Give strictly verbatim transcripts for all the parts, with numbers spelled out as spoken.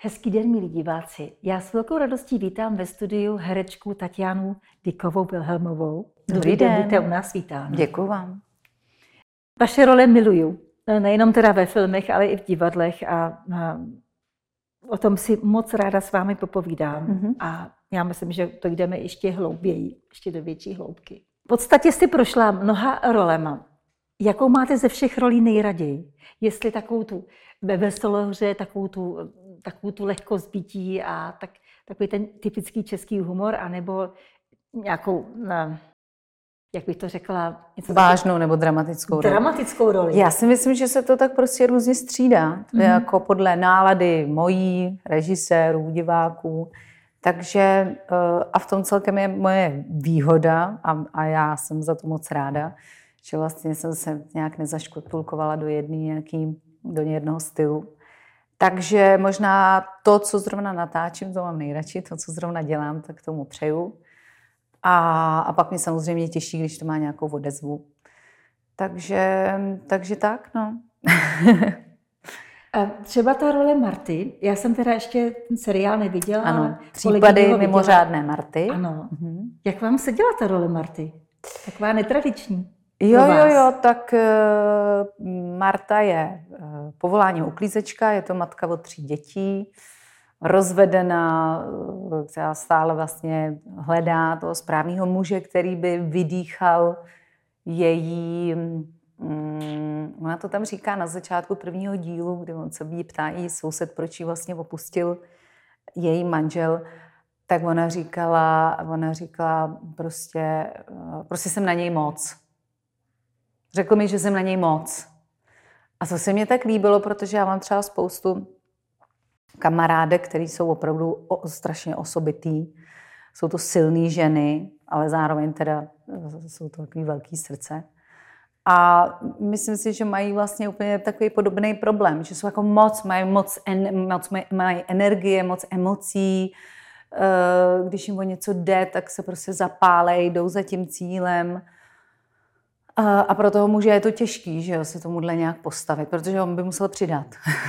Hezký den, milí diváci. Já s velkou radostí vítám ve studiu herečku Tatianu Dykovou Wilhelmovou. Dobrý den. Buďte u nás vítána. Děkuji vám. Vaše role miluju. Nejenom teda ve filmech, ale i v divadlech a, a o tom si moc ráda s vámi popovídám. Mm-hmm. A já myslím, že to jdeme ještě hlouběji, ještě do větší hloubky. V podstatě jsi prošla mnoha rolema. Jakou máte ze všech rolí nejraději? Jestli takovou tu ve veselohře, takovou tu, takovou tu lehkost bytí a tak, takový ten typický český humor, anebo nějakou, ne, jak bych to řekla... Vážnou taky, nebo dramatickou roli. Dramatickou roli. Já si myslím, že se to tak prostě různě střídá. Mm-hmm. Jako podle nálady mojí, režisérů, diváků. Takže a v tom celkem je moje výhoda a, a já jsem za to moc ráda, že vlastně jsem se nějak nezaškotulkovala do jedný nějaký, do jednoho stylu. Takže možná to, co zrovna natáčím, to mám nejradši, to, co zrovna dělám, tak tomu přeju. A, a pak mě samozřejmě těší, když to má nějakou odezvu. Takže, takže tak, no. A třeba ta role Marty, já jsem teda ještě ten seriál neviděla. Ano, Případy mimořádné Marty. Ano. Mhm. Jak vám seděla ta role Marty? Taková netradiční. Jo, jo, jo, tak uh, Marta je uh, povoláním uklízečka, je to matka od tří dětí, rozvedená, uh, která stále vlastně hledá toho správného muže, který by vydýchal její... Um, ona to tam říká na začátku prvního dílu, kdy on se jí ptá jí soused, proč jí vlastně opustil její manžel, tak ona říkala, ona říkala prostě, uh, prostě jsem na něj moc. Řekl mi, že jsem na něj moc. A to se mě tak líbilo, protože já mám třeba spoustu kamarádek, který jsou opravdu o, strašně osobitý. Jsou to silné ženy, ale zároveň teda jsou to takový velký srdce. A myslím si, že mají vlastně úplně takový podobný problém, že jsou jako moc, mají moc, en, moc mají energie, moc emocí. Když jim o něco jde, tak se prostě zapálej, jdou za tím cílem. A pro toho muže je to těžký, že jo, se tomuhle nějak postavit, protože on by musel přidat.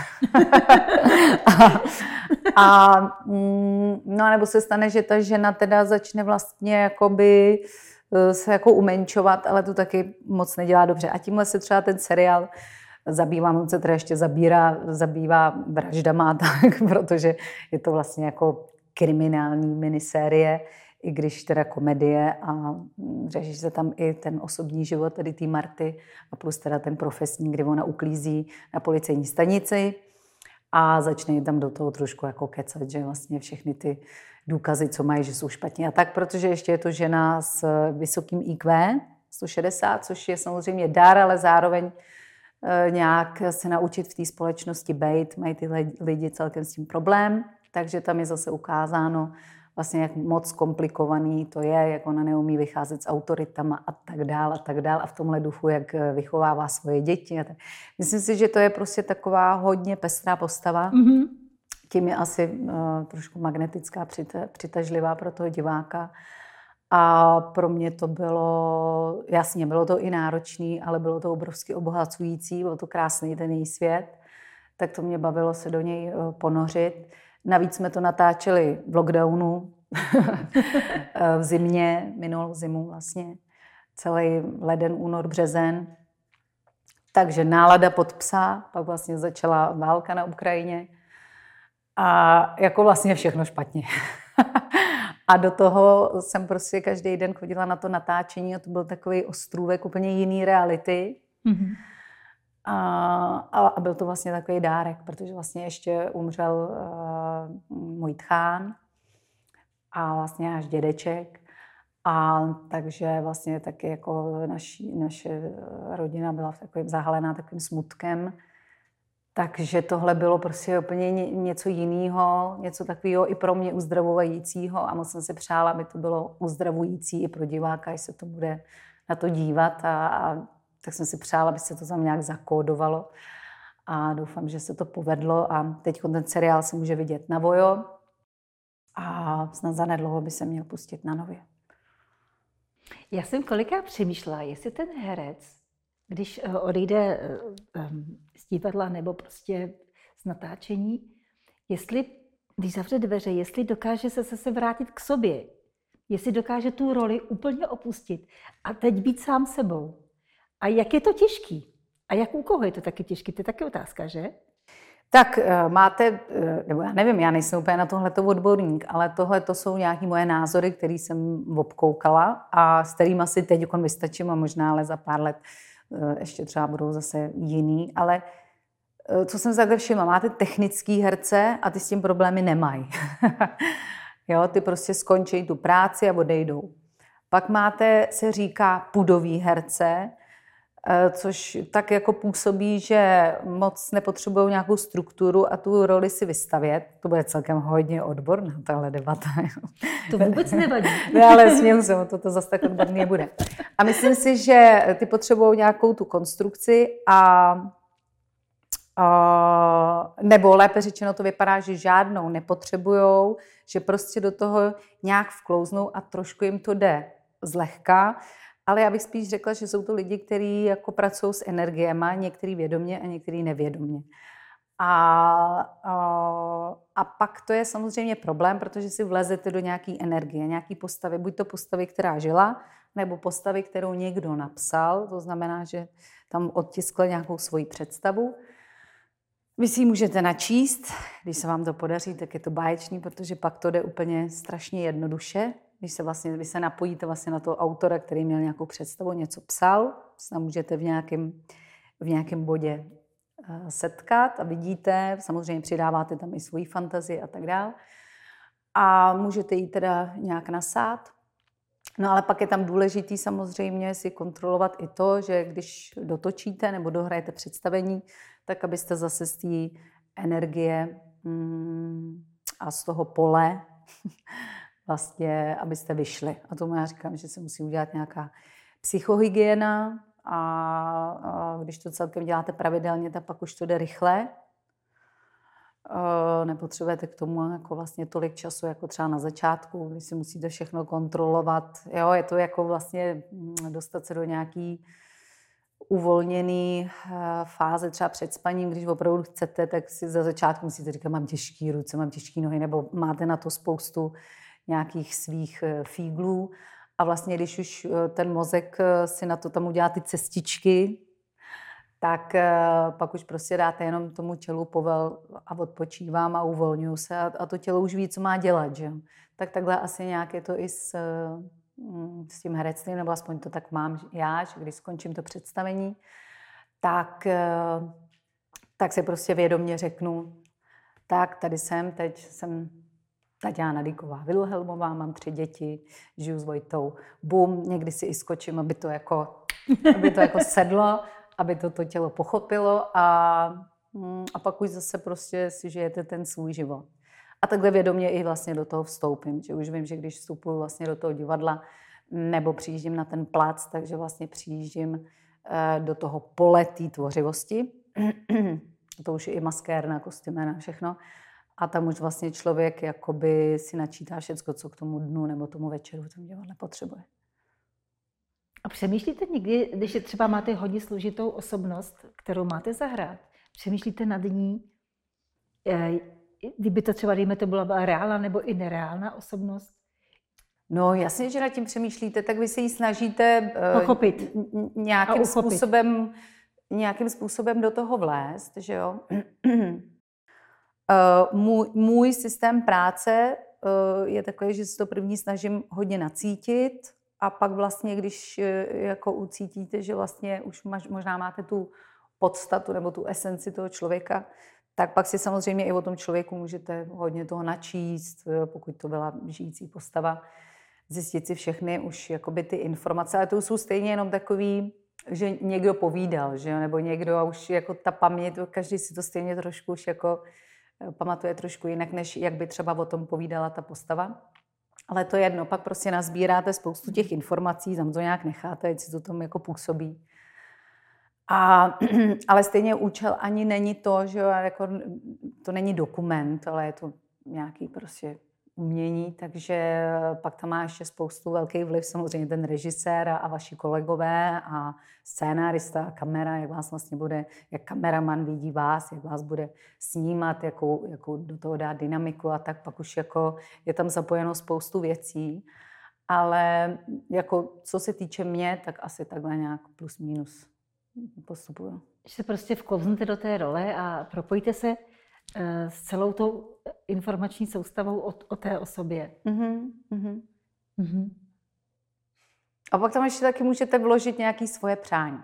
a, a, no a nebo se stane, že ta žena teda začne vlastně jakoby se jako umenčovat, ale to taky moc nedělá dobře. A tímhle se třeba ten seriál zabývá, on se teda ještě zabírá, zabývá vraždama tak, protože je to vlastně jako kriminální minisérie, i když teda komedie a řeší se tam i ten osobní život tedy té Marty a plus teda ten profesní, kdy ona uklízí na policejní stanici a začne tam do toho trošku jako kecat, že vlastně všechny ty důkazy, co mají, že jsou špatně a tak, protože ještě je to žena s vysokým í kvé, sto šedesát, což je samozřejmě dar, ale zároveň nějak se naučit v té společnosti bejt, mají ty lidi celkem s tím problém, takže tam je zase ukázáno, vlastně jak moc komplikovaný to je, jak ona neumí vycházet s autoritama a tak dál a tak dál a v tomhle duchu, jak vychovává svoje děti. A tak. Myslím si, že to je prostě taková hodně pestrá postava. Mm-hmm. Tím je asi uh, trošku magnetická, přitažlivá pro toho diváka. A pro mě to bylo, jasně, bylo to i náročný, ale bylo to obrovsky obohacující, byl to krásný ten její svět, tak to mě bavilo se do něj uh, ponořit. Navíc jsme to natáčeli v lockdownu, v zimě, minulou zimu vlastně, celý leden, únor, březen. Takže nálada pod psa, pak vlastně začala válka na Ukrajině a jako vlastně všechno špatně. A do toho jsem prostě každý den chodila na to natáčení a to byl takový ostrůvek úplně jiný reality. Mm-hmm. A, a byl to vlastně takový dárek, protože vlastně ještě umřel uh, můj tchán a vlastně až dědeček. A takže vlastně taky jako naši, naše rodina byla v takovým zahalená takovým smutkem. Takže tohle bylo prostě úplně něco jiného, něco takového i pro mě uzdravujícího a moc jsem si přála, aby to bylo uzdravující i pro diváka, až se to bude na to dívat a, a tak jsem si přála, aby se to tam nějak zakódovalo a doufám, že se to povedlo a teď ten seriál se může vidět na Vojo a snad zanedlouho by se měl pustit na Nově. Já jsem kolikrát přemýšlela, jestli ten herec, když odejde z divadla nebo prostě z natáčení, jestli když zavře dveře, jestli dokáže se zase vrátit k sobě, jestli dokáže tu roli úplně opustit a teď být sám sebou. A jak je to těžký? A jak u koho je to taky těžký? To je taky otázka, že? Tak máte, nebo já nevím, já nejsem úplně na tohleto odborník, ale tohle to jsou nějaké moje názory, které jsem obkoukala a s kterými asi teď vystačím a možná ale za pár let ještě třeba budou zase jiný, ale co jsem se takhle všimla, máte technický herce a ty s tím problémy nemají. Jo, ty prostě skončí tu práci a odejdou. Pak máte, se říká, pudový herce, což tak jako působí, že moc nepotřebují nějakou strukturu a tu roli si vystavět. To bude celkem hodně odborná tahle debata. To vůbec nevadí. Ne, ale směju se, to, to zase tak odborný nebude. A myslím si, že ty potřebují nějakou tu konstrukci a, a nebo lépe řečeno to vypadá, že žádnou nepotřebujou, že prostě do toho nějak vklouznou a trošku jim to jde zlehka. Ale já bych spíš řekla, že jsou to lidi, kteří jako pracují s energiema, některý vědomě a některý nevědomě. A, a, a pak to je samozřejmě problém, protože si vlezete do nějaké energie, nějaké postavy, buď to postavy, která žila, nebo postavy, kterou někdo napsal, to znamená, že tam odtiskl nějakou svoji představu. Vy si ji můžete načíst, když se vám to podaří, tak je to báječný, protože pak to jde úplně strašně jednoduše. Když se vlastně, vy se napojíte vlastně na toho autora, který měl nějakou představu, něco psal, se můžete v nějakém, v nějakém bodě setkat a vidíte, samozřejmě přidáváte tam i svoji fantazii a tak dále. A můžete ji teda nějak nasát. No ale pak je tam důležitý samozřejmě si kontrolovat i to, že když dotočíte nebo dohrajete představení, tak abyste zase z té energie mm, a z toho pole vlastně, abyste vyšli. A tomu já říkám, že se musí udělat nějaká psychohygiena a, a když to celkem děláte pravidelně, tak pak už to jde rychle. E, nepotřebujete k tomu jako vlastně tolik času, jako třeba na začátku, když si musíte všechno kontrolovat. Jo, je to jako vlastně dostat se do nějaký uvolněný fáze třeba před spaním, když opravdu chcete, tak si za začátku musíte říkat, mám těžké ruce, mám těžké nohy, nebo máte na to spoustu nějakých svých fíglů. A vlastně, když už ten mozek si na to tam udělá ty cestičky, tak pak už prostě dáte jenom tomu tělu povel a odpočívám a uvolňuju se a, a to tělo už ví, co má dělat. Že? Tak takhle asi nějak je to i s, s tím herectvím, nebo aspoň to tak mám já, že když skončím to představení, tak, tak si prostě vědomě řeknu, tak tady jsem, teď jsem Taťána Dyková Vilhelmová, mám tři děti, žiju s Vojtou. Bum, někdy si i skočím, aby to jako, aby to jako sedlo, aby to, to tělo pochopilo a, a pak už zase prostě si žijete ten svůj život. A takhle vědomě i vlastně do toho vstoupím, že už vím, že když vstupuji vlastně do toho divadla nebo přijíždím na ten plac, takže vlastně přijíždím do toho pole té tvořivosti. To už je i maskérna, kostýmena, všechno. A tam už vlastně člověk jakoby si načítá všecko, co k tomu dnu nebo tomu večeru v tom divadle potřebuje. A přemýšlíte někdy, když je třeba máte hodně složitou osobnost, kterou máte zahrát, přemýšlíte nad ní, kdyby to třeba, dejme, to byla reálná nebo i nereálná osobnost? No jasně, že nad tím přemýšlíte, tak vy se ji snažíte pochopit nějakým způsobem, nějakým způsobem do toho vlézt, že jo? Můj, můj systém práce je takový, že si to první snažím hodně nacítit a pak vlastně, když jako ucítíte, že vlastně už možná máte tu podstatu nebo tu esenci toho člověka, tak pak si samozřejmě i o tom člověku můžete hodně toho načíst, pokud to byla žijící postava, zjistit si všechny už jakoby ty informace, ale to jsou stejně jenom takový, že někdo povídal, že jo? Nebo někdo už jako ta paměť, každý si to stejně trošku už jako pamatuje trošku jinak, než jak by třeba o tom povídala ta postava. Ale to je jedno, pak prostě nazbíráte spoustu těch informací, tam to nějak necháte, ať si to tam jako působí. A, ale stejně účel ani není to, že jako, to není dokument, ale je to nějaký prostě umění, takže pak tam má ještě spoustu velký vliv, samozřejmě ten režisér a, a vaši kolegové a scénárista a kamera, jak vás vlastně bude, jak kameraman vidí vás, jak vás bude snímat, jakou, jakou do toho dát dynamiku a tak pak už jako je tam zapojeno spoustu věcí, ale jako co se týče mě, tak asi takhle nějak plus minus postupuju. Že se prostě vklouznete do té role a propojíte se s celou tou informační soustavou o, o té osobě. Mm-hmm, mm-hmm. Mm-hmm. A pak tam ještě taky můžete vložit nějaké svoje přání.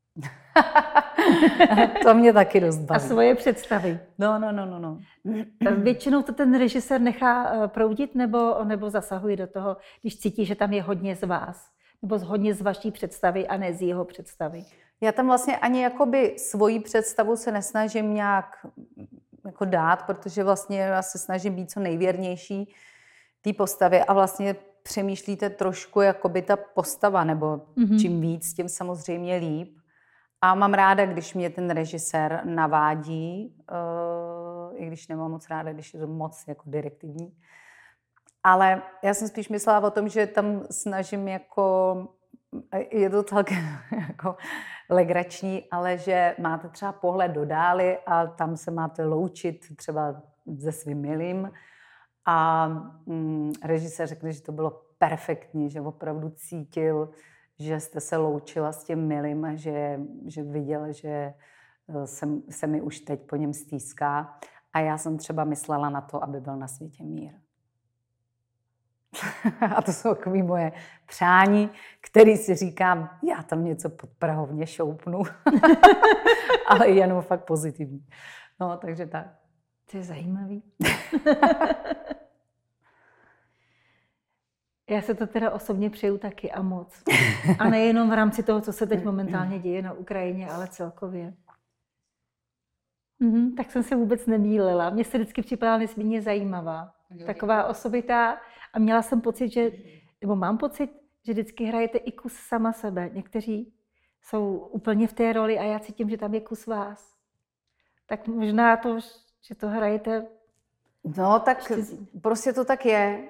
To mě taky dost baví. A svoje představy. No, no, no, no, no. Většinou to ten režisér nechá proudit nebo, nebo zasahuje do toho, když cítí, že tam je hodně z vás. Nebo hodně z vaší představy a ne z jeho představy. Já tam vlastně ani jakoby svoji představu se nesnažím nějak jako dát, protože vlastně já se snažím být co nejvěrnější té postavě a vlastně přemýšlíte trošku jakoby ta postava, nebo mm-hmm. čím víc, tím samozřejmě líp. A mám ráda, když mě ten režisér navádí, uh, i když nemám moc ráda, když je to moc jako direktivní. Ale já jsem spíš myslela o tom, že tam snažím jako, je to celkem jako legrační, ale že máte třeba pohled do dály a tam se máte loučit třeba se svým milým a mm, režisér řekne, že to bylo perfektní, že opravdu cítil, že jste se loučila s tím milým a že, že viděl, že se, se mi už teď po něm stýská a já jsem třeba myslela na to, aby byl na světě mír. A to jsou takové moje přání, který si říkám, já tam něco podprahovně šoupnu, ale jenom fakt pozitivní. No, takže tak. To je zajímavý. Já se to teda osobně přeju taky a moc. A nejenom v rámci toho, co se teď momentálně děje na Ukrajině, ale celkově. Mhm, tak jsem se vůbec nemýlila. Mně se vždycky připadala nesmírně zajímavá. Taková osobitá. A měla jsem pocit, že, nebo mám pocit, že vždycky hrajete i kus sama sebe. Někteří jsou úplně v té roli a já cítím, že tam je kus vás. Tak možná to, že to hrajete... No, tak prostě to tak je.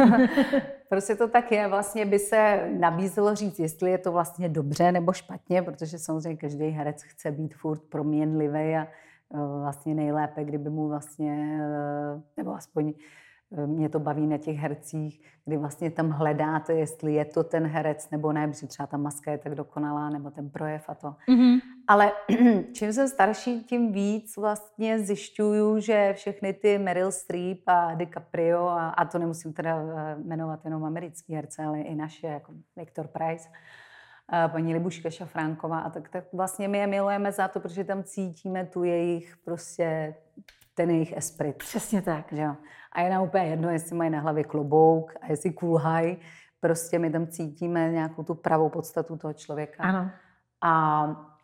Prostě to tak je. Vlastně by se nabízelo říct, jestli je to vlastně dobře nebo špatně, protože samozřejmě každý herec chce být furt proměnlivý a vlastně nejlépe, kdyby mu vlastně, nebo aspoň mě to baví na těch hercích, kdy vlastně tam hledáte, jestli je to ten herec nebo ne, protože třeba ta maska je tak dokonalá, nebo ten projev a to. Mm-hmm. Ale čím jsem starší, tím víc vlastně zjišťuju, že všechny ty Meryl Streep a DiCaprio, a, a to nemusím teda jmenovat jenom americký herce, ale i naše, jako Viktor Price, paní Libuška Šafránková, a tak, tak vlastně my je milujeme za to, protože tam cítíme tu jejich prostě ten jejich esprit. Přesně tak. Že jo? A je nám úplně jedno, jestli mají na hlavě klobouk a jestli kulhaj. Prostě my tam cítíme nějakou tu pravou podstatu toho člověka. Ano. A,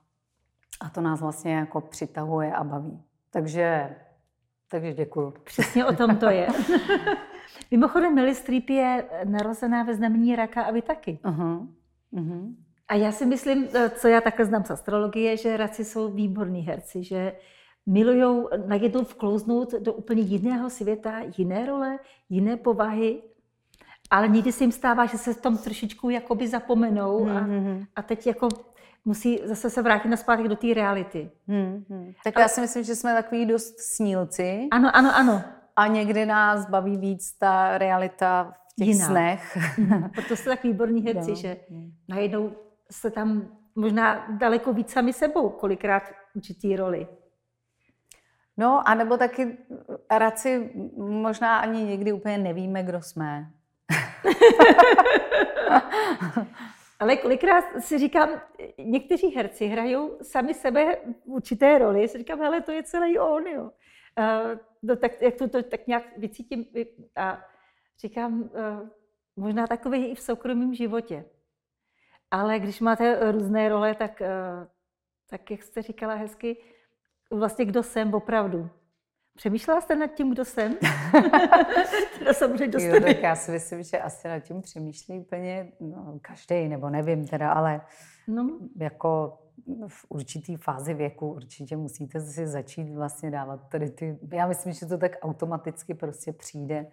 a to nás vlastně jako přitahuje a baví. Takže, takže děkuju. Přesně o tom to je. Mimochodem, Meryl Streep je narozená ve znamení raka a vy taky. Uh-huh. Uh-huh. A já si myslím, co já takhle znám z astrologie, že raci jsou výborní herci, že milujou najednou vklouznout do úplně jiného světa, jiné role, jiné povahy, ale někdy se jim stává, že se v tom trošičku jakoby zapomenou a, mm-hmm. a teď jako musí zase se vrátit naspátek do té reality. Mm-hmm. Tak já si myslím, že jsme takový dost snílci. Ano, ano, ano. A někdy nás baví víc ta realita v těch Jiná. snech. Mm-hmm. Proto jste tak výborní herci, no. že najednou se tam možná daleko víc sami sebou, kolikrát určitý roli. No, anebo taky raci možná ani někdy úplně nevíme, kdo jsme. Ale kolikrát si říkám, někteří herci hrajou sami sebe v určité roli, si říkám, hele, to je celý on, jo. Uh, no, tak, jak to, to tak nějak vycítím a říkám, uh, možná takový i v soukromém životě. Ale když máte různé role, tak, uh, tak jak jste říkala hezky, vlastně kdo jsem opravdu. Přemýšlela jste nad tím, kdo jsem? Teda samozřejmě jo, tak já si myslím, že asi nad tím přemýšlí úplně no, každý, nebo nevím teda, ale no. jako v určitý fázi věku určitě musíte si začít vlastně dávat tady ty... Já myslím, že to tak automaticky prostě přijde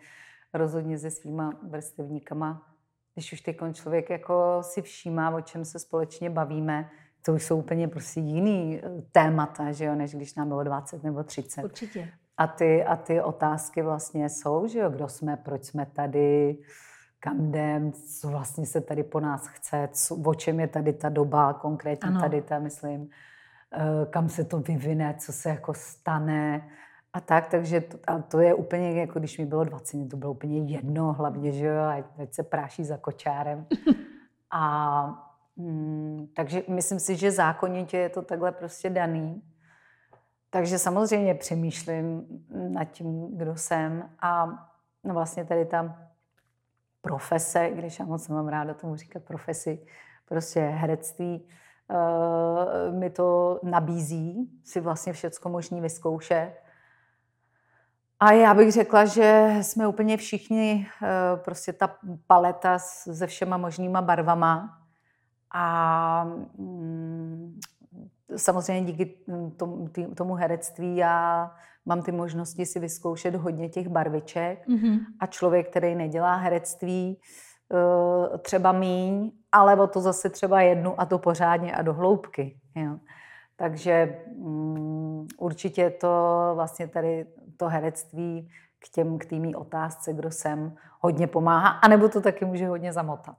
rozhodně se svýma vrstevníkama. Když už teď člověk jako si všímá, o čem se společně bavíme, to už jsou úplně prostě jiný témata, že jo, než když nám bylo dvacet nebo třicet. Určitě. A ty, a ty otázky vlastně jsou, že jo, kdo jsme, proč jsme tady, kam jdem, co vlastně se tady po nás chce, co, o čem je tady ta doba, konkrétně ano. tady ta, myslím, kam se to vyvine, co se jako stane a tak, takže to, a to je úplně, jako když mi bylo dvacet, to bylo úplně jedno, hlavně, že jo, ať se práší za kočárem. A mm, takže myslím si, že zákonitě je to takhle prostě daný. Takže samozřejmě přemýšlím nad tím, kdo jsem a no vlastně tady ta profese, když já moc mám ráda tomu říkat profesi, prostě herectví, uh, mi to nabízí si vlastně všecko možný vyzkoušet. A já bych řekla, že jsme úplně všichni, uh, prostě ta paleta se všema možnýma barvama a um, samozřejmě díky tomu, tomu herectví já mám ty možnosti si vyzkoušet hodně těch barviček mm-hmm. a člověk, který nedělá herectví, třeba míň, ale o to zase třeba jednu a to pořádně a do hloubky. Jo. Takže um, určitě to vlastně tady to herectví k těm, k té mý otázce, kdo jsem, hodně pomáhá, anebo to taky může hodně zamotat.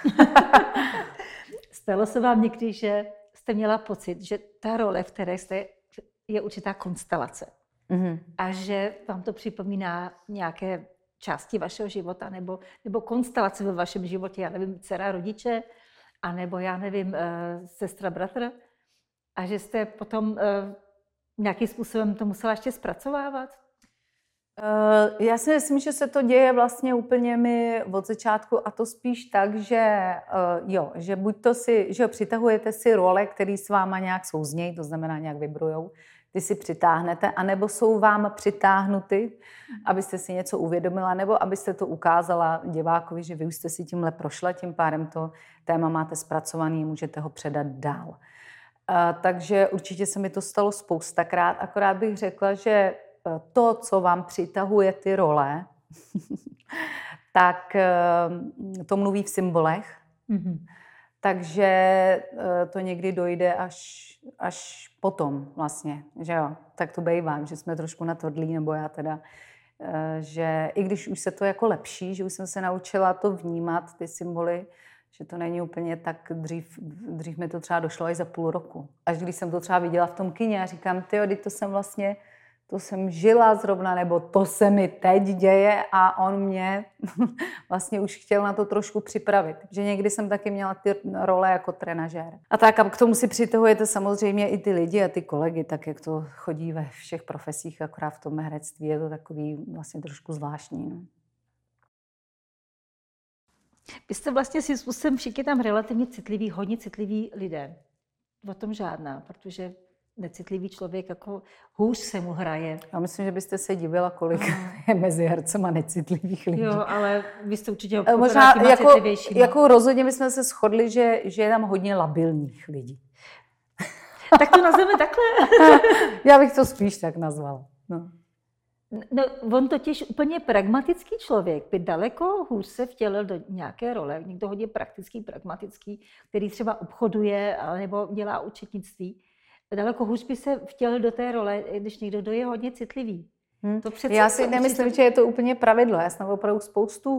Stalo se vám někdy, že jste měla pocit, že ta role, v které jste, je určitá konstelace. Mm-hmm. A že vám to připomíná nějaké části vašeho života, nebo, nebo konstelace ve vašem životě, já nevím, dcera, rodiče, anebo já nevím, sestra, bratr. A že jste potom nějakým způsobem to musela ještě zpracovávat? Uh, já si myslím, že se to děje vlastně úplně mi od začátku a to spíš tak, že uh, jo, že buď to si, že přitahujete si role, které s váma nějak souznějí, to znamená nějak vibrujou, ty si přitáhnete, anebo jsou vám přitáhnuty, abyste si něco uvědomila, nebo abyste to ukázala divákovi, že vy už jste si tímhle prošla, tím pádem to téma máte zpracovaný, můžete ho předat dál. Uh, takže určitě se mi to stalo spoustakrát, akorát bych řekla, že to, co vám přitahuje ty role, tak to mluví v symbolech. Mm-hmm. Takže to někdy dojde až, až potom vlastně, že jo. Tak to bývá, že jsme trošku natvrdlí, nebo já teda, že i když už se to jako lepší, že už jsem se naučila to vnímat, ty symboly, že to není úplně tak, dřív, dřív mi to třeba došlo až za půl roku. Až když jsem to třeba viděla v tom kině a říkám, tyjo, teď to jsem vlastně to jsem žila zrovna, nebo to se mi teď děje a on mě vlastně už chtěl na to trošku připravit. Že někdy jsem taky měla ty role jako trenažér. A tak a k tomu si přitahujete samozřejmě i ty lidi a ty kolegy, tak jak to chodí ve všech profesích, akorát v tom herectví je to takový vlastně trošku zvláštní. No. Vy jste vlastně si způsobem všichni tam relativně citliví, hodně citliví lidé. O tom žádná, protože necitlivý člověk, jako hůř se mu hraje. Já myslím, že byste se divila, kolik je mezi hercema necitlivých lidí. Jo, ale vy jste určitě možná jako, jako rozhodně bychom se shodli, že, že je tam hodně labilních lidí. Tak to nazveme takhle. Já bych to spíš tak nazvala. No. No, on totiž úplně pragmatický člověk by daleko hůř se vtělil do nějaké role. Někdo hodně praktický, pragmatický, který třeba obchoduje nebo dělá účetnictví. Daleko hůř by se vtělil do té role, když někdo kdo je hodně citlivý. Hmm. To přece já si nemyslím, že je to úplně pravidlo. Já jsem opravdu spoustu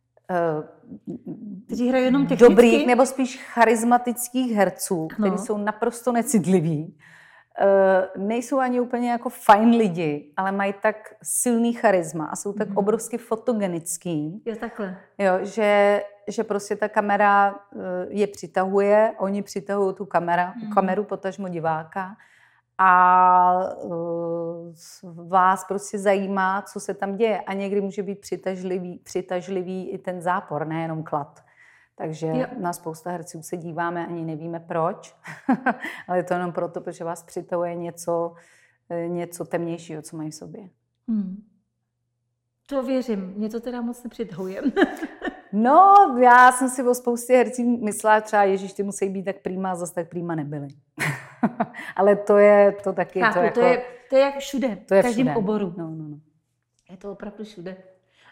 uh, jenom dobrých nebo spíš charismatických herců, no. kteří jsou naprosto necitliví. Uh, nejsou ani úplně jako fajn lidi, ale mají tak silný charisma a jsou tak mm. obrovsky fotogenický. Jo, takhle. Jo, že, že prostě ta kamera uh, je přitahuje, oni přitahují tu kamera, mm. kameru, potažmo diváka a uh, vás prostě zajímá, co se tam děje. A někdy může být přitažlivý, přitažlivý i ten zápor, nejenom klad. Takže jo. na spousta herců se díváme, ani nevíme proč, ale je to jenom proto, protože vás přitahuje něco, něco temnějšího, co mají v sobě. Hmm. To věřím, mě to teda moc nepřitahuje. No, já jsem si o spoustě hercí myslela, třeba Ježíš, ty musí být tak prýma, zase tak prýma nebyly. Ale to je to taky... Chápu, to, jako, to, je, to je jak všude, to je v každém všude. oboru. No, no, no. Je to opravdu všude.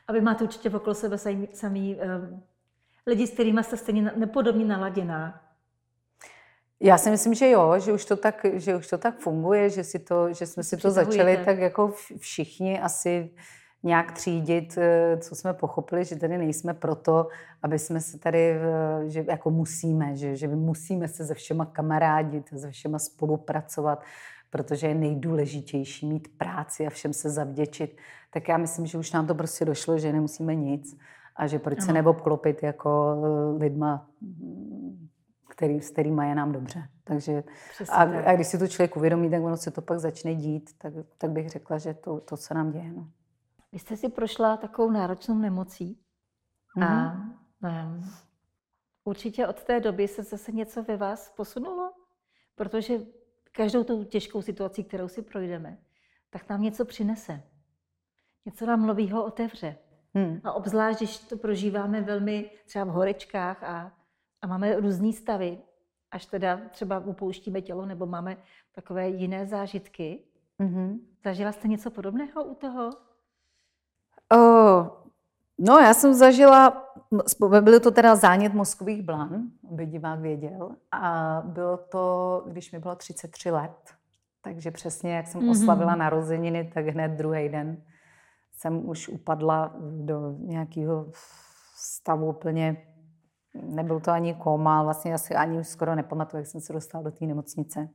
A vy máte určitě okolo sebe samý, samý um, lidi, s kterými jste stejně nepodobně naladěná. Já si myslím, že jo, že už to tak, že už to tak funguje, že, si to, že jsme si to začali tak jako všichni asi nějak třídit, co jsme pochopili, že tady nejsme proto, aby jsme se tady, že jako musíme, že, že musíme se se všema kamarádit, se všema spolupracovat, protože je nejdůležitější mít práci a všem se zavděčit. Tak já myslím, že už nám to prostě došlo, že nemusíme nic a že proč se neobklopit jako lidma, který, s kterýma je nám dobře. Takže a, a když si to člověk uvědomí, tak ono se to pak začne dít, tak, tak bych řekla, že to, to se nám děje. No. Vy jste si prošla takovou náročnou nemocí mm-hmm. a um, určitě od té doby se zase něco ve vás posunulo, protože každou tou těžkou situací, kterou si projdeme, tak nám něco přinese. Něco nám novýho otevře. Hmm. A obzvlášť, když to prožíváme velmi třeba v horečkách a, a máme různý stavy, až teda třeba upouštíme tělo nebo máme takové jiné zážitky. Mm-hmm. Zažila jste něco podobného u toho? Oh, no, já jsem zažila, byl to teda zánět mozkových blan, aby divák věděl, a bylo to, když mi bylo třicet tři let, takže přesně jak jsem mm-hmm. oslavila narozeniny, tak hned druhý den jsem už upadla do nějakého stavu úplně, nebyl to ani kóma, vlastně já si ani už skoro nepamatuju, jak jsem se dostala do té nemocnice.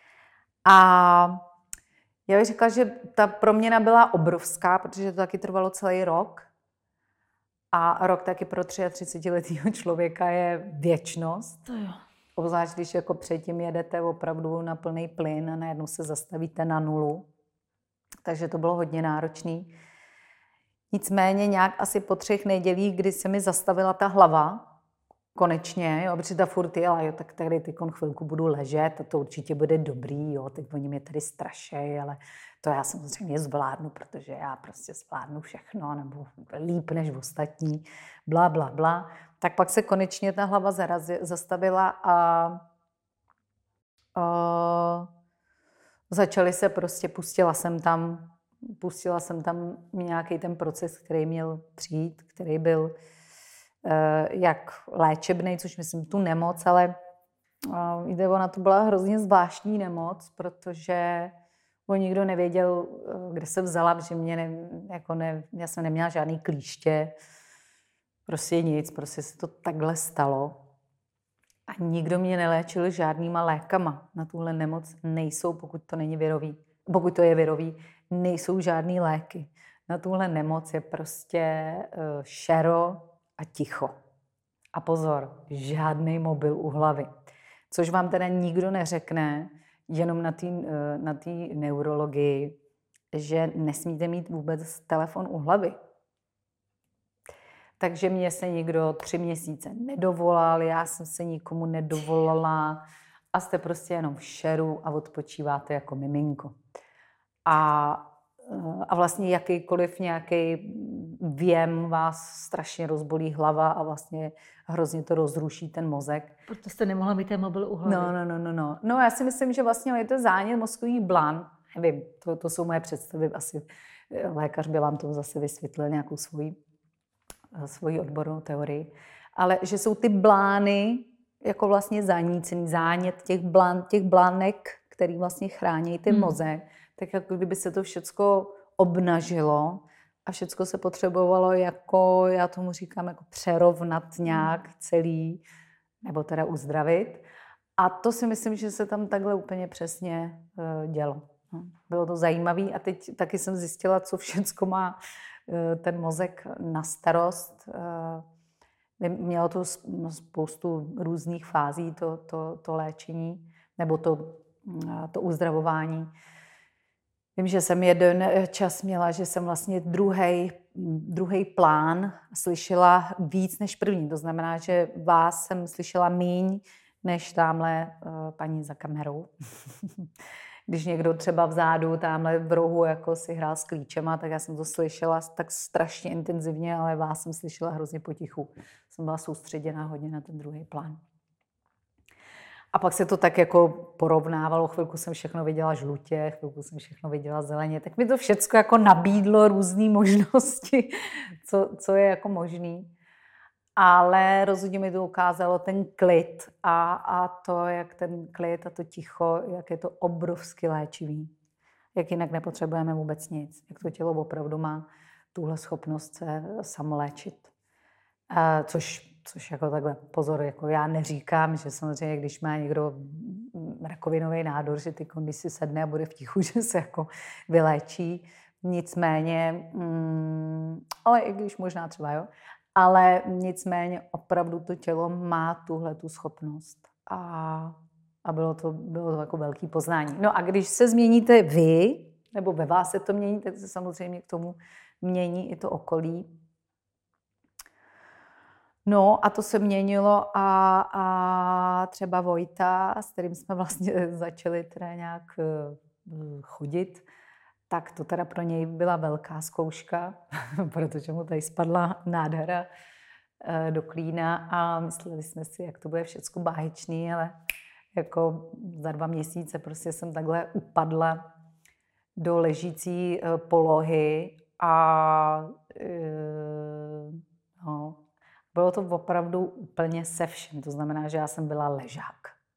A já bych řekla, že ta proměna byla obrovská, protože to taky trvalo celý rok. A rok taky pro třiatřicetiletého člověka je věčnost. To jo. Obzvlášť, když jako předtím jedete opravdu na plný plyn a najednou se zastavíte na nulu. Takže to bylo hodně náročný. Nicméně nějak asi po třech nedělích, kdy se mi zastavila ta hlava, konečně, jo, protože ta furt jela, jo, tak tady tykon chvilku budu ležet a to určitě bude dobrý, jo, teď oni mě tady strašej, ale to já samozřejmě zvládnu, protože já prostě zvládnu všechno, nebo líp než ostatní, blá, blá, blá. Tak pak se konečně ta hlava zarazí, zastavila a, a začaly se prostě, pustila jsem tam, pustila jsem tam nějaký ten proces, který měl přijít, který byl jak léčebný, což myslím tu nemoc, ale jde, ona to byla hrozně zvláštní nemoc, protože on nikdo nevěděl, kde se vzala, protože mě ne, jako ne, já jsem neměla žádný klíště, prostě nic, prostě se to takhle stalo. A nikdo mě neléčil žádnýma lékama. Na tuhle nemoc nejsou, pokud to není virový, pokud to je virový, nejsou žádný léky. Na tuhle nemoc je prostě uh, šero a ticho. A pozor, žádný mobil u hlavy. Což vám teda nikdo neřekne, jenom na té na té neurologii, že nesmíte mít vůbec telefon u hlavy. Takže mě se nikdo tři měsíce nedovolal, já jsem se nikomu nedovolala a jste prostě jenom v šeru a odpočíváte jako miminko. A, a vlastně jakýkoliv nějaký věm vás strašně rozbolí hlava a vlastně hrozně to rozruší ten mozek. Proto jste nemohla mít ten mobil u hlavy. No, no, no, no, no. No, já si myslím, že vlastně je to zánět mozkových blan. Nevím, to, to jsou moje představy. Asi lékař by vám to zase vysvětlil nějakou svoji, svoji odbornou teorii. Ale že jsou ty blány jako vlastně zanícený zánět těch, blán, těch blánek, který vlastně chrání ten hmm. mozek, tak jako kdyby se to všecko obnažilo a všecko se potřebovalo jako, já tomu říkám, jako přerovnat nějak celý, nebo teda uzdravit. A to si myslím, že se tam takhle úplně přesně uh, dělo. Bylo to zajímavé a teď taky jsem zjistila, co všecko má uh, ten mozek na starost. Uh, mělo to spoustu různých fází, to, to, to léčení, nebo to, uh, to uzdravování. Vím, že jsem jeden čas měla, že jsem vlastně druhý plán slyšela víc než první. To znamená, že vás jsem slyšela míň než tamhle uh, paní za kamerou. Když někdo třeba vzadu, tamhle v rohu jako si hrál s klíčema, tak já jsem to slyšela tak strašně intenzivně, ale vás jsem slyšela hrozně potichu. Jsem byla soustředěná hodně na ten druhý plán. A pak se to tak jako porovnávalo, chvilku jsem všechno viděla žlutě, chvilku jsem všechno viděla zeleně, tak mi to všecko jako nabídlo různé možnosti, co, co je jako možný. Ale rozhodně mi to ukázalo ten klid a, a to, jak ten klid a to ticho, jak je to obrovsky léčivý. Jak jinak nepotřebujeme vůbec nic. Jak to tělo opravdu má tuhle schopnost se samoléčit. Uh, což, což jako takhle, pozor, jako já neříkám, že samozřejmě, když má někdo rakovinový nádor, že ty když si sedne a bude v tichu, že se jako vyléčí. Nicméně, mm, ale i když možná třeba, jo, ale nicméně opravdu to tělo má tuhle tu schopnost. A, a bylo to, bylo to jako velký poznání. No a když se změníte vy, nebo ve vás se to mění, tak se samozřejmě k tomu mění i to okolí. No a to se měnilo a, a třeba Vojta, s kterým jsme vlastně začali teda nějak chodit, tak to teda pro něj byla velká zkouška, protože mu tady spadla nádhera do klína a mysleli jsme si, jak to bude všecko báječný, ale jako za dva měsíce prostě jsem takhle upadla do ležící polohy a no, bylo to opravdu úplně se všem, to znamená, že já jsem byla ležák.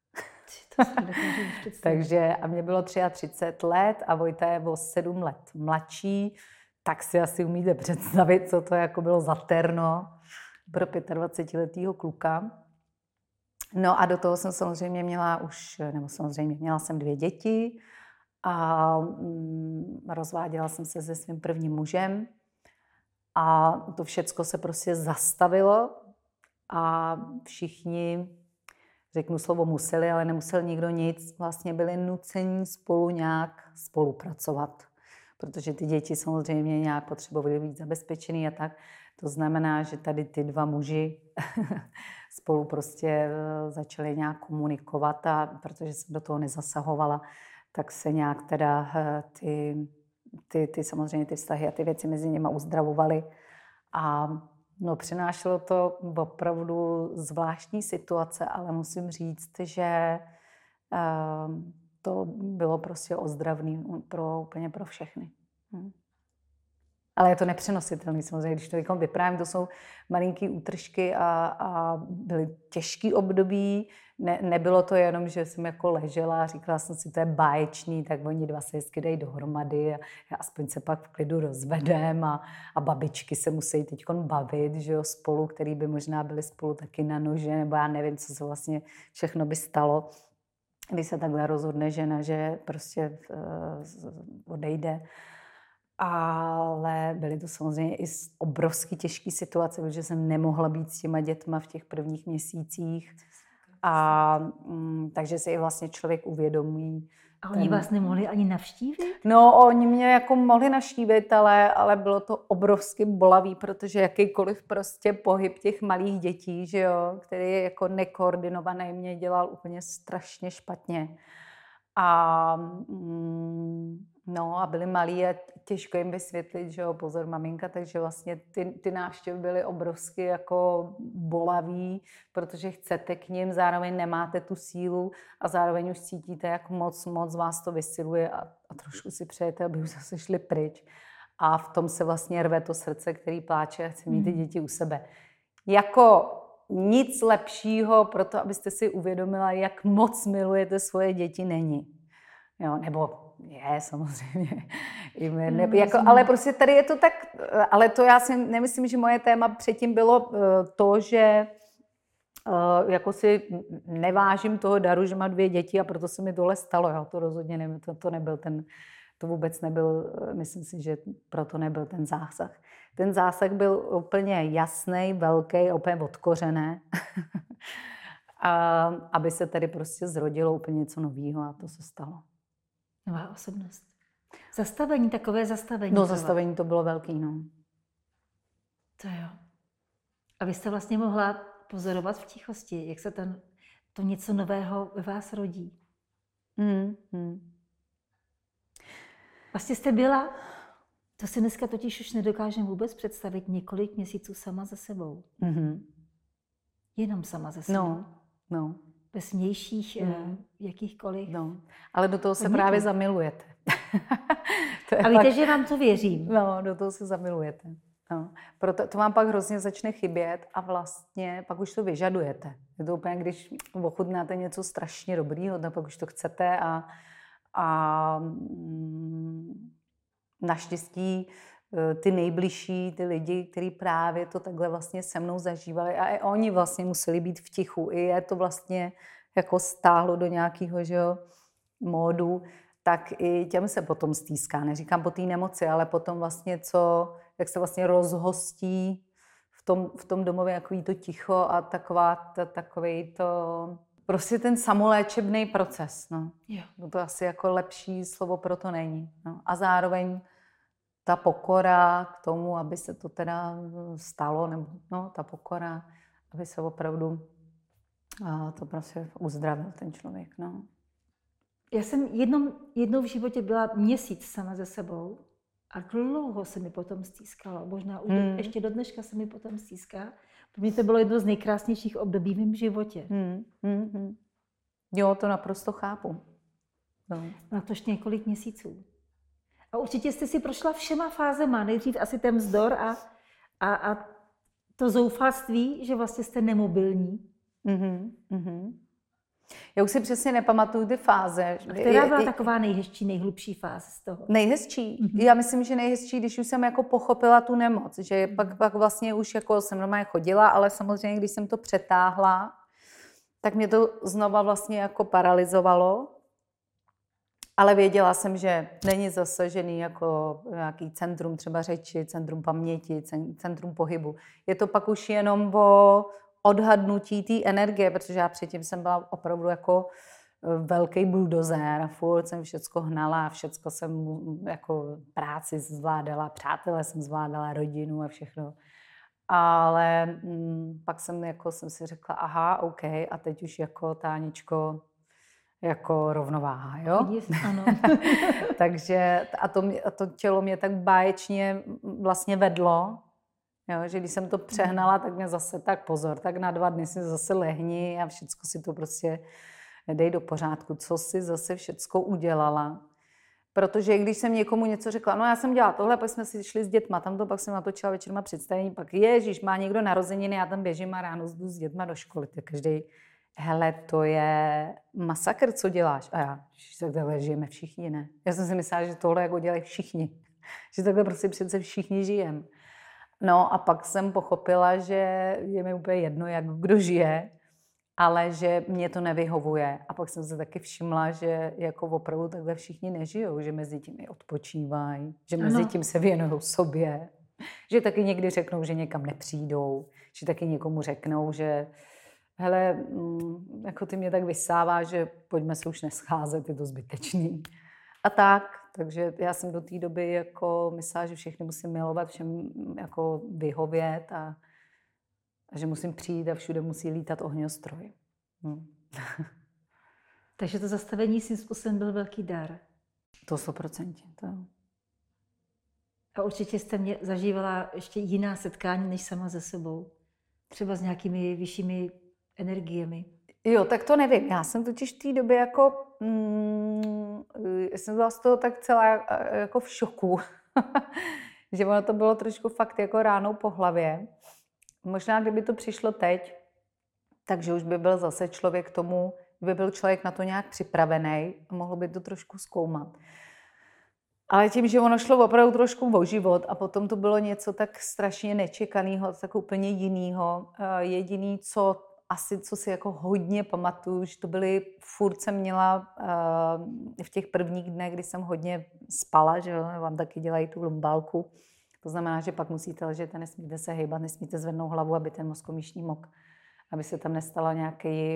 Takže a mě bylo třicet tři let a Vojta je o sedm let mladší, tak si asi umíte představit, co to jako bylo za terno pro dvacetiletého kluka. No a do toho jsem samozřejmě měla už, nebo samozřejmě měla jsem dvě děti a mm, rozváděla jsem se se svým prvním mužem a to všecko se prostě zastavilo a všichni, řeknu slovo museli, ale nemusel nikdo nic, vlastně byli nuceni spolu nějak spolupracovat. Protože ty děti samozřejmě nějak potřebovaly být zabezpečený a tak. To znamená, že tady ty dva muži spolu prostě začali nějak komunikovat a protože jsem do toho nezasahovala, tak se nějak teda ty, ty, ty samozřejmě ty vztahy a ty věci mezi nimi uzdravovaly. A no, přinášelo to opravdu zvláštní situace, ale musím říct, že uh, to bylo prostě ozdravný pro, úplně pro všechny. Hm. Ale je to nepřenositelné samozřejmě, když to jako vyprávím, to jsou malinký útržky a, a byly těžký období. Ne, nebylo to jenom, že jsem jako ležela a říkala jsem si, to je báječný, tak oni dva se hezky dají dohromady a já aspoň se pak v klidu rozvedem a, a babičky se musí teď bavit, že jo, spolu, který by možná byli spolu taky na nože, nebo já nevím, co se vlastně všechno by stalo, když se takhle rozhodne žena, že prostě uh, odejde. Ale byly to samozřejmě i obrovsky těžké situace, protože jsem nemohla být s těma dětma v těch prvních měsících. A mm, takže si i vlastně člověk uvědomí. A oni ten... vás nemohli ani navštívit? No, oni mě jako mohli navštívit, ale, ale bylo to obrovsky bolavý, protože jakýkoliv prostě pohyb těch malých dětí, že jo, který je jako nekoordinovaný, mě dělal úplně strašně špatně. A mm, no a byli malí a těžko jim vysvětlit, že jo, pozor maminka, takže vlastně ty, ty návštěvy byly obrovsky jako bolavý, protože chcete k nim, zároveň nemáte tu sílu a zároveň už cítíte, jak moc, moc vás to vysiluje a, a trošku si přejete, aby už zase šli pryč. A v tom se vlastně rve to srdce, který pláče a chce mít ty děti u sebe. Jako nic lepšího pro to, abyste si uvědomila, jak moc milujete svoje děti, není. Jo, nebo je, samozřejmě. Ne, jako, ale prostě tady je to tak, ale to já si nemyslím, že moje téma předtím bylo to, že jako si nevážím toho daru, že mám dvě děti a proto se mi tohle stalo. Jo, to rozhodně ne, to, to nebyl ten, to vůbec nebyl, myslím si, že proto nebyl ten zásah. Ten zásah byl úplně jasný, velký, úplně odkořené. A aby se tady prostě zrodilo úplně něco nového a to se stalo. Nová osobnost. Zastavení, takové zastavení. No, zastavení to bylo velký, no. To jo. A vy jste vlastně mohla pozorovat v tichosti, jak se ten, to něco nového ve vás rodí. Mm, mm. Vlastně jste byla, to si dneska totiž už nedokážeme vůbec představit, několik měsíců sama za sebou. Mm-hmm. Jenom sama za sebou. No, no. bez vnějších hmm. jakýchkoliv. No, ale do toho se Odmítnu. právě zamilujete. To a víte, pak... že vám to věřím. No, do toho se zamilujete. No. Proto to vám pak hrozně začne chybět a vlastně pak už to vyžadujete. Je to úplně, když ochutnáte něco strašně dobrýho, tak pak už to chcete a, a mm, naštěstí ty nejbližší, ty lidi, kteří právě to takhle vlastně se mnou zažívali a i oni vlastně museli být v tichu. I je to vlastně jako stáhlo do nějakého, že jo, módu, tak i těm se potom stýská. Neříkám po té nemoci, ale potom vlastně co, jak se vlastně rozhostí v tom, v tom domově takový to ticho a taková ta, takový to, prostě ten samoléčebný proces. No. Jo. To asi jako lepší slovo pro to není. No. A zároveň ta pokora k tomu, aby se to teda stalo, nebo no, ta pokora, aby se opravdu a to prostě uzdravil ten člověk. No. Já jsem jednou, jednou v životě byla měsíc sama ze sebou a dlouho se mi potom stýskalo. Možná už hmm. ještě do dneška se mi potom stýská. Pro mě to bylo jedno z nejkrásnějších období v mém životě. Hmm. Hmm. Hmm. Jo, to naprosto chápu. No. Na to ještě několik měsíců. A určitě jste si prošla všema fázema. Nejdřív asi ten vzdor a, a, a to zoufalství, že vlastně jste nemobilní. Mm-hmm, mm-hmm. Já už si přesně nepamatuju ty fáze. A která byla je, taková nejhezčí, nejhlubší fáze z toho? Nejhezčí? Mm-hmm. Já myslím, že nejhezčí, když už jsem jako pochopila tu nemoc, že mm-hmm. pak, pak vlastně už jako jsem normálně chodila, ale samozřejmě, když jsem to přetáhla, tak mě to znova vlastně jako paralyzovalo. Ale věděla jsem, že není zasažený jako nějaký centrum třeba řeči, centrum paměti, centrum pohybu. Je to pak už jenom o odhadnutí té energie, protože já předtím jsem byla opravdu jako velký buldozer a furt jsem všecko hnala a všecko jsem jako práci zvládala, přátelé jsem zvládala, rodinu a všechno. Ale m, pak jsem, jako, jsem si řekla, aha, OK, a teď už jako Táničko, jako rovnováha, jo? Ano. Takže a to, a to tělo mě tak báječně vlastně vedlo, jo? Že když jsem to přehnala, tak mě zase tak pozor, tak na dva dny si zase lehni a všecko si to prostě dej do pořádku, co si zase všecko udělala. Protože když jsem někomu něco řekla, no já jsem dělala tohle, pak jsme si šli s dětma, tam to pak jsem natočila večerma představení, pak ježiš, má někdo narozeniny, já tam běžím a ráno jdu s dětma do školy, tak každý hele, to je masakr, co děláš. A já, že takhle žijeme všichni, ne? Já jsem si myslela, že tohle jako dělají všichni. Že takhle prostě přece všichni žijeme. No a pak jsem pochopila, že je mi úplně jedno, jak kdo žije, ale že mě to nevyhovuje. A pak jsem se taky všimla, že jako opravdu takhle všichni nežijou, že mezi tím i odpočívají, že mezi ano. tím se věnují sobě, že taky někdy řeknou, že někam nepřijdou, že taky někomu řeknou, že hele, jako ty mě tak vysáváš, že pojďme se už nescházet, je to zbytečný. A tak, takže já jsem do té doby jako myslela, že všechny musím milovat, všem jako vyhovět a, a že musím přijít a všude musí lítat ohňostroj. Hmm. Takže to zastavení svým způsobem byl velký dar. To sto procent. To. A určitě jste mě zažívala ještě jiná setkání, než sama se sebou. Třeba s nějakými vyššími energiemi. Jo, tak to nevím. Já jsem totiž v té době jako, mm, jsem byla z toho tak celá jako v šoku, že ono to bylo trošku fakt jako ránou po hlavě. Možná, kdyby to přišlo teď, takže už by byl zase člověk k tomu, by byl člověk na to nějak připravený a mohl by to trošku zkoumat. Ale tím, že ono šlo opravdu trošku o život a potom to bylo něco tak strašně nečekaného, tak úplně jinýho. Jediný, co asi, co si jako hodně pamatuju, že to byly, furt jsem měla v těch prvních dnech, kdy jsem hodně spala, že vám taky dělají tu lumbálku. To znamená, že pak musíte ležet a nesmíte se hejbat, nesmíte zvednout hlavu, aby ten mozkomíšní mok, aby se tam nestala nějaký,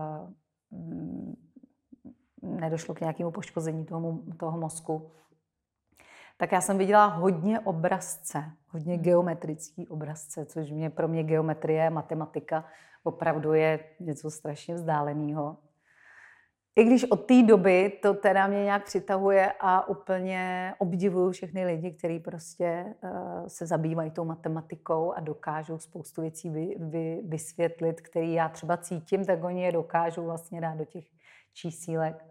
nedošlo k nějakému poškození toho, toho mozku. Tak já jsem viděla hodně obrazce, hodně geometrický obrazce, což mě, pro mě geometrie, matematika opravdu je něco strašně vzdáleného. I když od té doby to teda mě nějak přitahuje a úplně obdivuju všechny lidi, kteří prostě uh, se zabývají tou matematikou a dokážou spoustu věcí vy, vy, vysvětlit, který já třeba cítím, tak oni je dokážou vlastně dát do těch čísílek.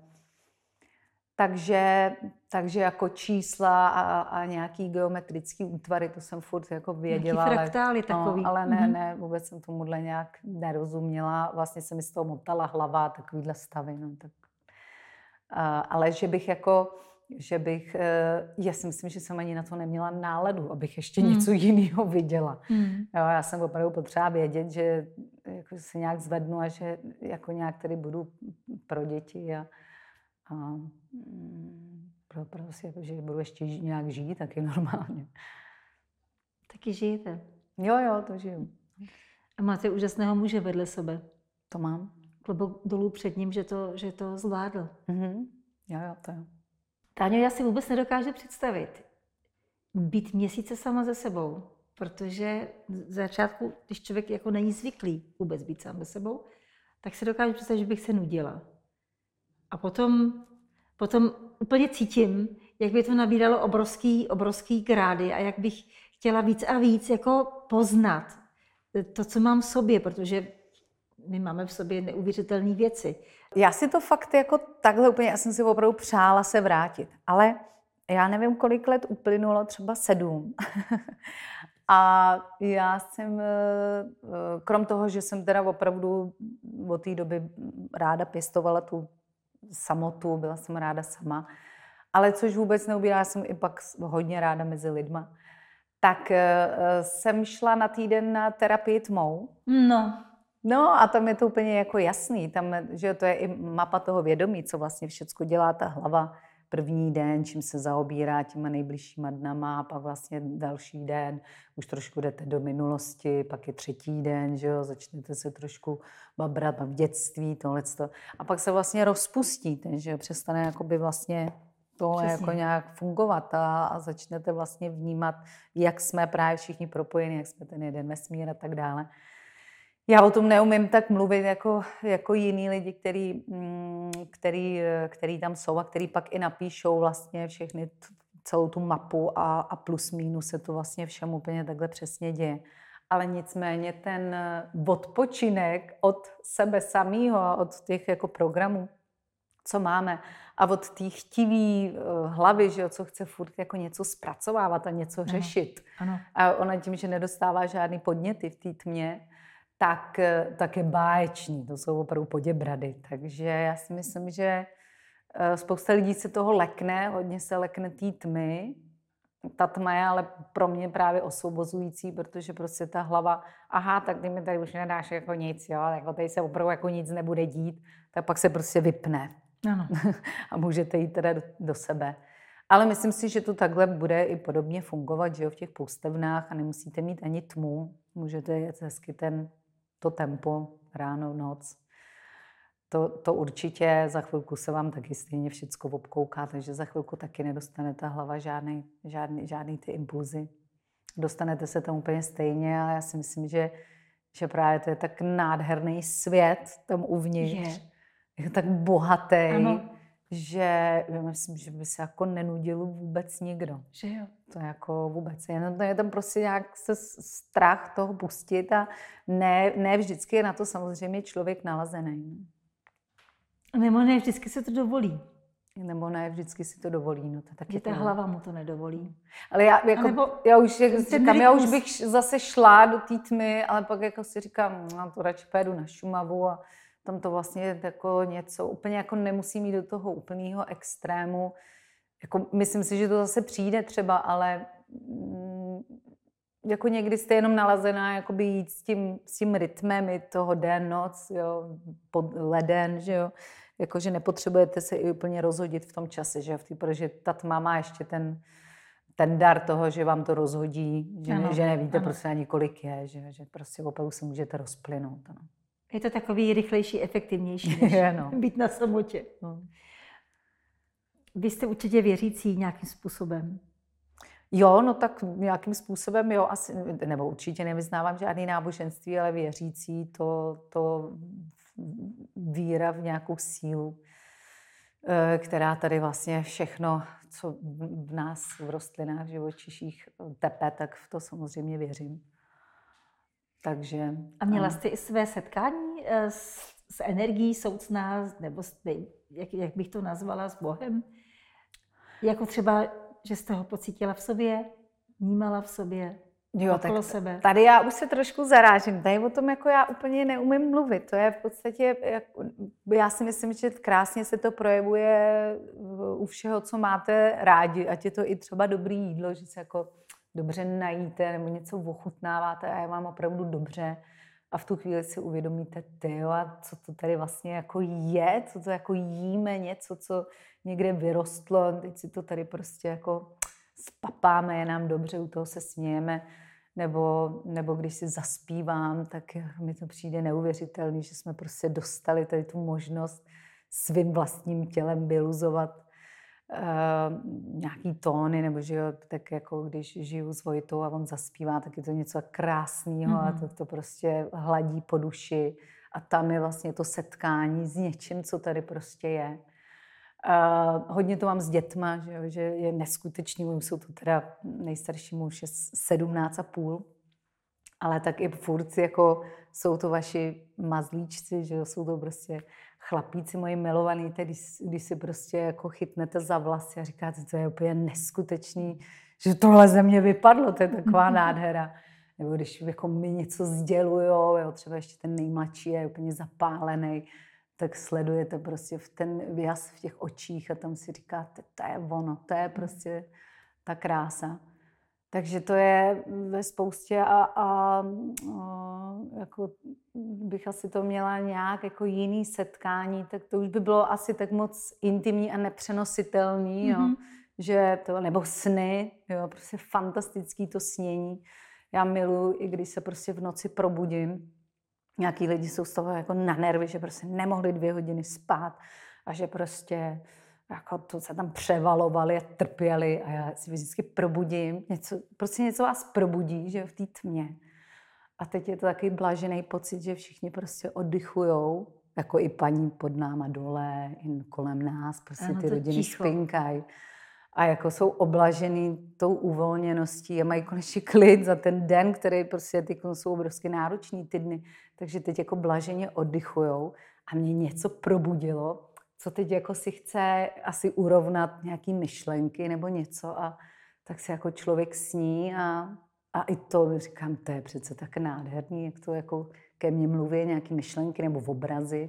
Takže, takže jako čísla a, a nějaký geometrický útvary, to jsem furt jako věděla. Nějaký fraktály ale, takový. No, ale ne, ne, vůbec jsem tomuhle nějak nerozuměla. Vlastně se mi z toho motala hlava, takovýhle stavy. No, tak. Uh, ale že bych jako, že bych, uh, já si myslím, že jsem ani na to neměla náladu, abych ještě mm. něco jiného viděla. Mm. Jo, já jsem opravdu potřeba vědět, že jako se nějak zvednu a že jako nějak tady budu pro děti a A pro, prostě, jako, že budu ještě nějak žít, taky normálně. Taky žijete? Jo, jo, to žiju. A máte úžasného muže vedle sebe? To mám. Klobouk dolů před ním, že to, že to zvládl. Mm-hmm. Jo, jo, to jo. Táňo, já si vůbec nedokážu představit být měsíce sama ze sebou, protože v začátku, když člověk jako není zvyklý vůbec být sám ze sebou, tak si dokážu představit, že bych se nudila. A potom, potom úplně cítím, jak by to nabíralo obrovský, obrovský grády a jak bych chtěla víc a víc jako poznat to, co mám v sobě, protože my máme v sobě neuvěřitelné věci. Já si to fakt jako takhle úplně, já jsem si opravdu přála se vrátit, ale já nevím, kolik let uplynulo, třeba sedm. A já jsem, krom toho, že jsem teda opravdu od té doby ráda pěstovala tu samotu, byla jsem ráda sama, ale což vůbec neubírá, já jsem i pak hodně ráda mezi lidma, tak jsem šla na týden na terapii tmou. No. No a tam je to úplně jako jasný, tam, že to je i mapa toho vědomí, co vlastně všecko dělá ta hlava. První den, čím se zaobírá těma nejbližšíma dnama, a pak vlastně další den, už trošku jdete do minulosti, pak je třetí den, že jo, začnete se trošku babrat v dětství, tohleto. A pak se vlastně rozpustíte, že jo, přestane jakoby vlastně tohle jako nějak fungovat a, a začnete vlastně vnímat, jak jsme právě všichni propojeni, jak jsme ten jeden vesmír a tak dále. Já o tom neumím tak mluvit jako, jako jiní lidi, který, který, který tam jsou a který pak i napíšou vlastně všechny, celou tu mapu a, a plus minus se to vlastně všem úplně takhle přesně děje. Ale nicméně ten odpočinek od sebe samého a od těch jako programů, co máme, a od té chtivý hlavy, že jo, co chce furt jako něco zpracovávat a něco ano. řešit. Ano. A ona tím, že nedostává žádný podněty v té tmě, tak, tak je báječný. To jsou opravdu poděbrady. Takže já si myslím, že spousta lidí se toho lekne, hodně se lekne té tmy. Ta tma je ale pro mě právě osvobozující, protože prostě ta hlava, aha, tak ty mi tady už nedáš jako nic, jo, jako tady se opravdu jako nic nebude dít, tak pak se prostě vypne. Ano. A můžete jít teda do, do sebe. Ale myslím si, že to takhle bude i podobně fungovat, že jo, v těch poustevnách a nemusíte mít ani tmu. Můžete jet hezky ten, to tempo, ráno, noc. To, to určitě za chvilku se vám taky stejně všecko obkouká, takže za chvilku taky nedostane ta hlava žádný, žádný, žádný ty impulzy. Dostanete se tam úplně stejně a já si myslím, že, že právě to je tak nádherný svět tam uvnitř. Je, je tak bohatý, ano. Že já myslím, že by se jako nenudil vůbec nikdo. Že jo. To je jako vůbec. Jenom to je tam prostě nějak se strach toho pustit a ne, ne vždycky je na to samozřejmě člověk nalazený. Nebo ne vždycky se to dovolí. Nebo ne vždycky si to dovolí. No to taky že ta to hlava mu to nedovolí. Ale já, jako, nebo já, už, jak říkám, já už bych zase šla do té tmy, ale pak jako si říkám, no, to radši pojedu na Šumavu a tam to vlastně jako něco, úplně jako nemusí mít do toho úplného extrému. Jako, myslím si, že to zase přijde třeba, ale mm, jako někdy jste jenom nalazená jakoby jít s tím, s tím rytmem i toho den, noc, jo, pod leden, že jo. Jako, že nepotřebujete se i úplně rozhodit v tom čase, že jo, protože ta tma má ještě ten, ten dar toho, že vám to rozhodí, že, ano, že nevíte ano. prostě ani kolik je, že, že prostě opravdu se můžete rozplynout. Ano. Je to takový rychlejší, efektivnější, než no. být na samotě. No. Vy jste určitě věřící nějakým způsobem. Jo, no tak nějakým způsobem, jo, asi, nebo určitě nevyznávám žádný náboženství, ale věřící, to, to víra v nějakou sílu, která tady vlastně všechno, co v nás, v rostlinách, v živočiších tepe, tak v to samozřejmě věřím. Takže... A měla jste i své setkání s, s energií soucná, nebo s, jak, jak bych to nazvala, s Bohem? Jako třeba, že jste ho pocítila v sobě, vnímala v sobě, jo, okolo tak sebe? Tady já už se trošku zarážím. Tady o tom jako já úplně neumím mluvit. To je v podstatě, jako, já si myslím, že krásně se to projevuje u všeho, co máte rádi. Ať je to i třeba dobrý jídlo, že se jako dobře najíte nebo něco ochutnáváte a je vám opravdu dobře. A v tu chvíli si uvědomíte, tyjo, a co to tady vlastně jako je, co to jako jíme, něco, co někde vyrostlo, teď si to tady prostě jako spapáme, je nám dobře, u toho se smějeme, nebo, nebo když si zaspívám, tak mi to přijde neuvěřitelný, že jsme prostě dostali tady tu možnost svým vlastním tělem vyluzovat uh, nějaký tóny, nebo že jo, tak jako když žiju s Vojtou a on zaspívá, tak je to něco krásného mm-hmm. a to, to prostě hladí po duši a tam je vlastně to setkání s něčím, co tady prostě je. Uh, hodně to mám s dětma, že, jo, že je neskutečný, už jsou to teda nejstarší muž je sedmnáct a půl, ale tak i furt jako jsou to vaši mazlíčci, že jo, jsou to prostě chlapíci moji milovaný, když, když si prostě jako chytnete za vlasy a říkáte, to je úplně neskutečný, že tohle ze mě vypadlo, to je taková nádhera. Nebo když jako mi něco sdělujou, jo, třeba ještě ten nejmladší je úplně zapálený, tak sledujete prostě v ten výraz v těch očích a tam si říkáte, to je ono, to je prostě ta krása. Takže to je ve spoustě a, a, a jako bych asi to měla nějak jako jiný setkání, tak to už by bylo asi tak moc intimní a nepřenositelný, jo. Mm-hmm. Že to, nebo sny, jo, prostě fantastický to snění. Já miluji, i když se prostě v noci probudím. Nějaký lidi jsou z toho jako na nervy, že prostě nemohli dvě hodiny spát a že prostě jako to se tam převalovali a trpěli a já si vždycky probudím, něco, prostě něco vás probudí, že v té tmě. A teď je to takový blažený pocit, že všichni prostě oddychujou, jako i paní pod náma dole, i kolem nás, prostě ano, ty rodiny spinkají. A jako jsou oblažený tou uvolněností a mají konečně klid za ten den, který prostě ty jsou obrovsky náročný ty dny. Takže teď jako blaženě oddychujou a mě něco probudilo, co teď jako si chce asi urovnat nějaký myšlenky nebo něco a tak se jako člověk sní a, a i to říkám, to je přece tak nádherný, jak to jako ke mně mluví nějaké myšlenky nebo obrazy.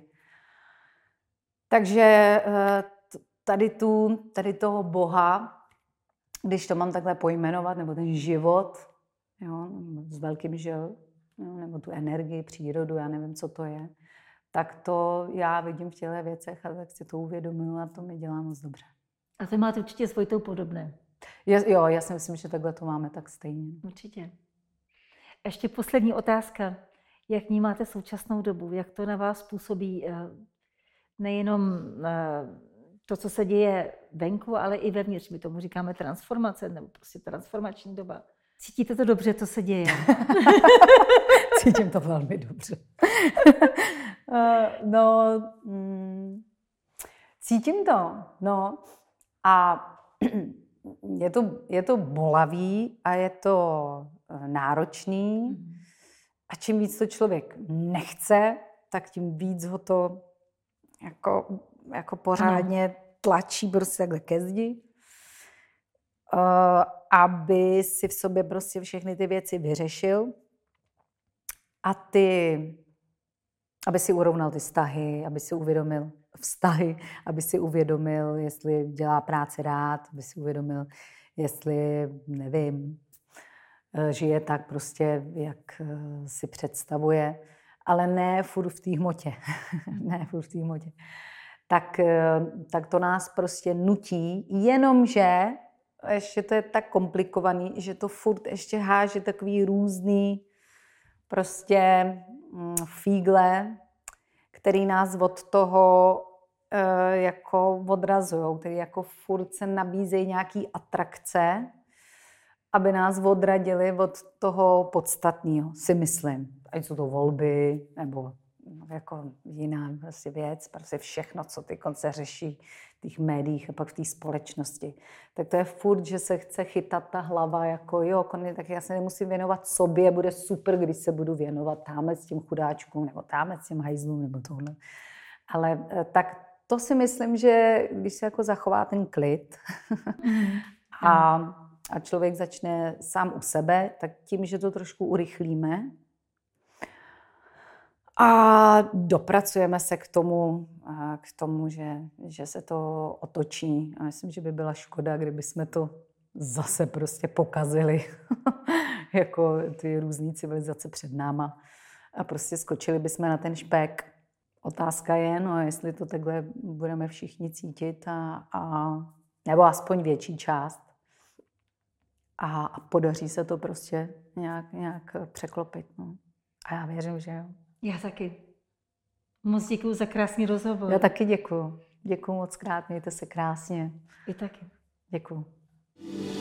Takže tady, tu, tady toho Boha, když to mám takhle pojmenovat, nebo ten život, jo, s velkým Ž, jo, nebo tu energii, přírodu, já nevím, co to je, tak to já vidím v těchto věcech a tak si to uvědomuji a to mi dělá moc dobře. A to máte určitě s Vojtou podobné. Je, jo, já si myslím, že takhle to máme tak stejně. Určitě. Ještě poslední otázka. Jak vnímáte současnou dobu? Jak to na vás působí nejenom to, co se děje venku, ale i vevnitř? My tomu říkáme transformace, nebo prostě transformační doba. Cítíte to dobře, co se děje? Cítím to velmi dobře. no, mm, cítím to, no. A je to, je to bolavý a je to náročný. A čím víc to člověk nechce, tak tím víc ho to jako, jako pořádně ano. tlačí prostě takhle ke zdi. Uh, aby si v sobě prostě všechny ty věci vyřešil a ty, aby si urovnal ty vztahy, aby si uvědomil vztahy, aby si uvědomil, jestli dělá práci rád, aby si uvědomil, jestli, nevím, žije tak prostě, jak si představuje, ale ne furt v té hmotě. ne furt v té hmotě. Tak, tak to nás prostě nutí, jenomže ještě to je tak komplikovaný, že to furt ještě háže takový různý prostě fígle, který nás od toho e, jako odrazujou, který jako furt se nabízejí nějaký atrakce, aby nás odradili od toho podstatného, si myslím. Ať jsou to volby, nebo jako jiná vlastně věc, prostě všechno, co ty konce řeší v těch médiích a pak v té společnosti. Tak to je furt, že se chce chytat ta hlava, jako jo, tak já se nemusím věnovat sobě, bude super, když se budu věnovat támec s tím chudáčkům, nebo támec s tím hajzlům, nebo tohle. Ale tak to si myslím, že když se jako zachová ten klid a, a člověk začne sám u sebe, tak tím, že to trošku urychlíme a dopracujeme se k tomu, k tomu, že, že se to otočí. A myslím, že by byla škoda, kdyby jsme to zase prostě pokazili, jako ty různé civilizace před náma. A prostě skočili bychom na ten špek. Otázka je, no, jestli to takhle budeme všichni cítit, a, a, nebo aspoň větší část. A, a podaří se to prostě nějak, nějak překlopit. No. A já věřím, že jo. Já taky. Moc děkuju za krásný rozhovor. Já taky děkuju. Děkuju moc krát, mějte se krásně. I taky. Děkuju.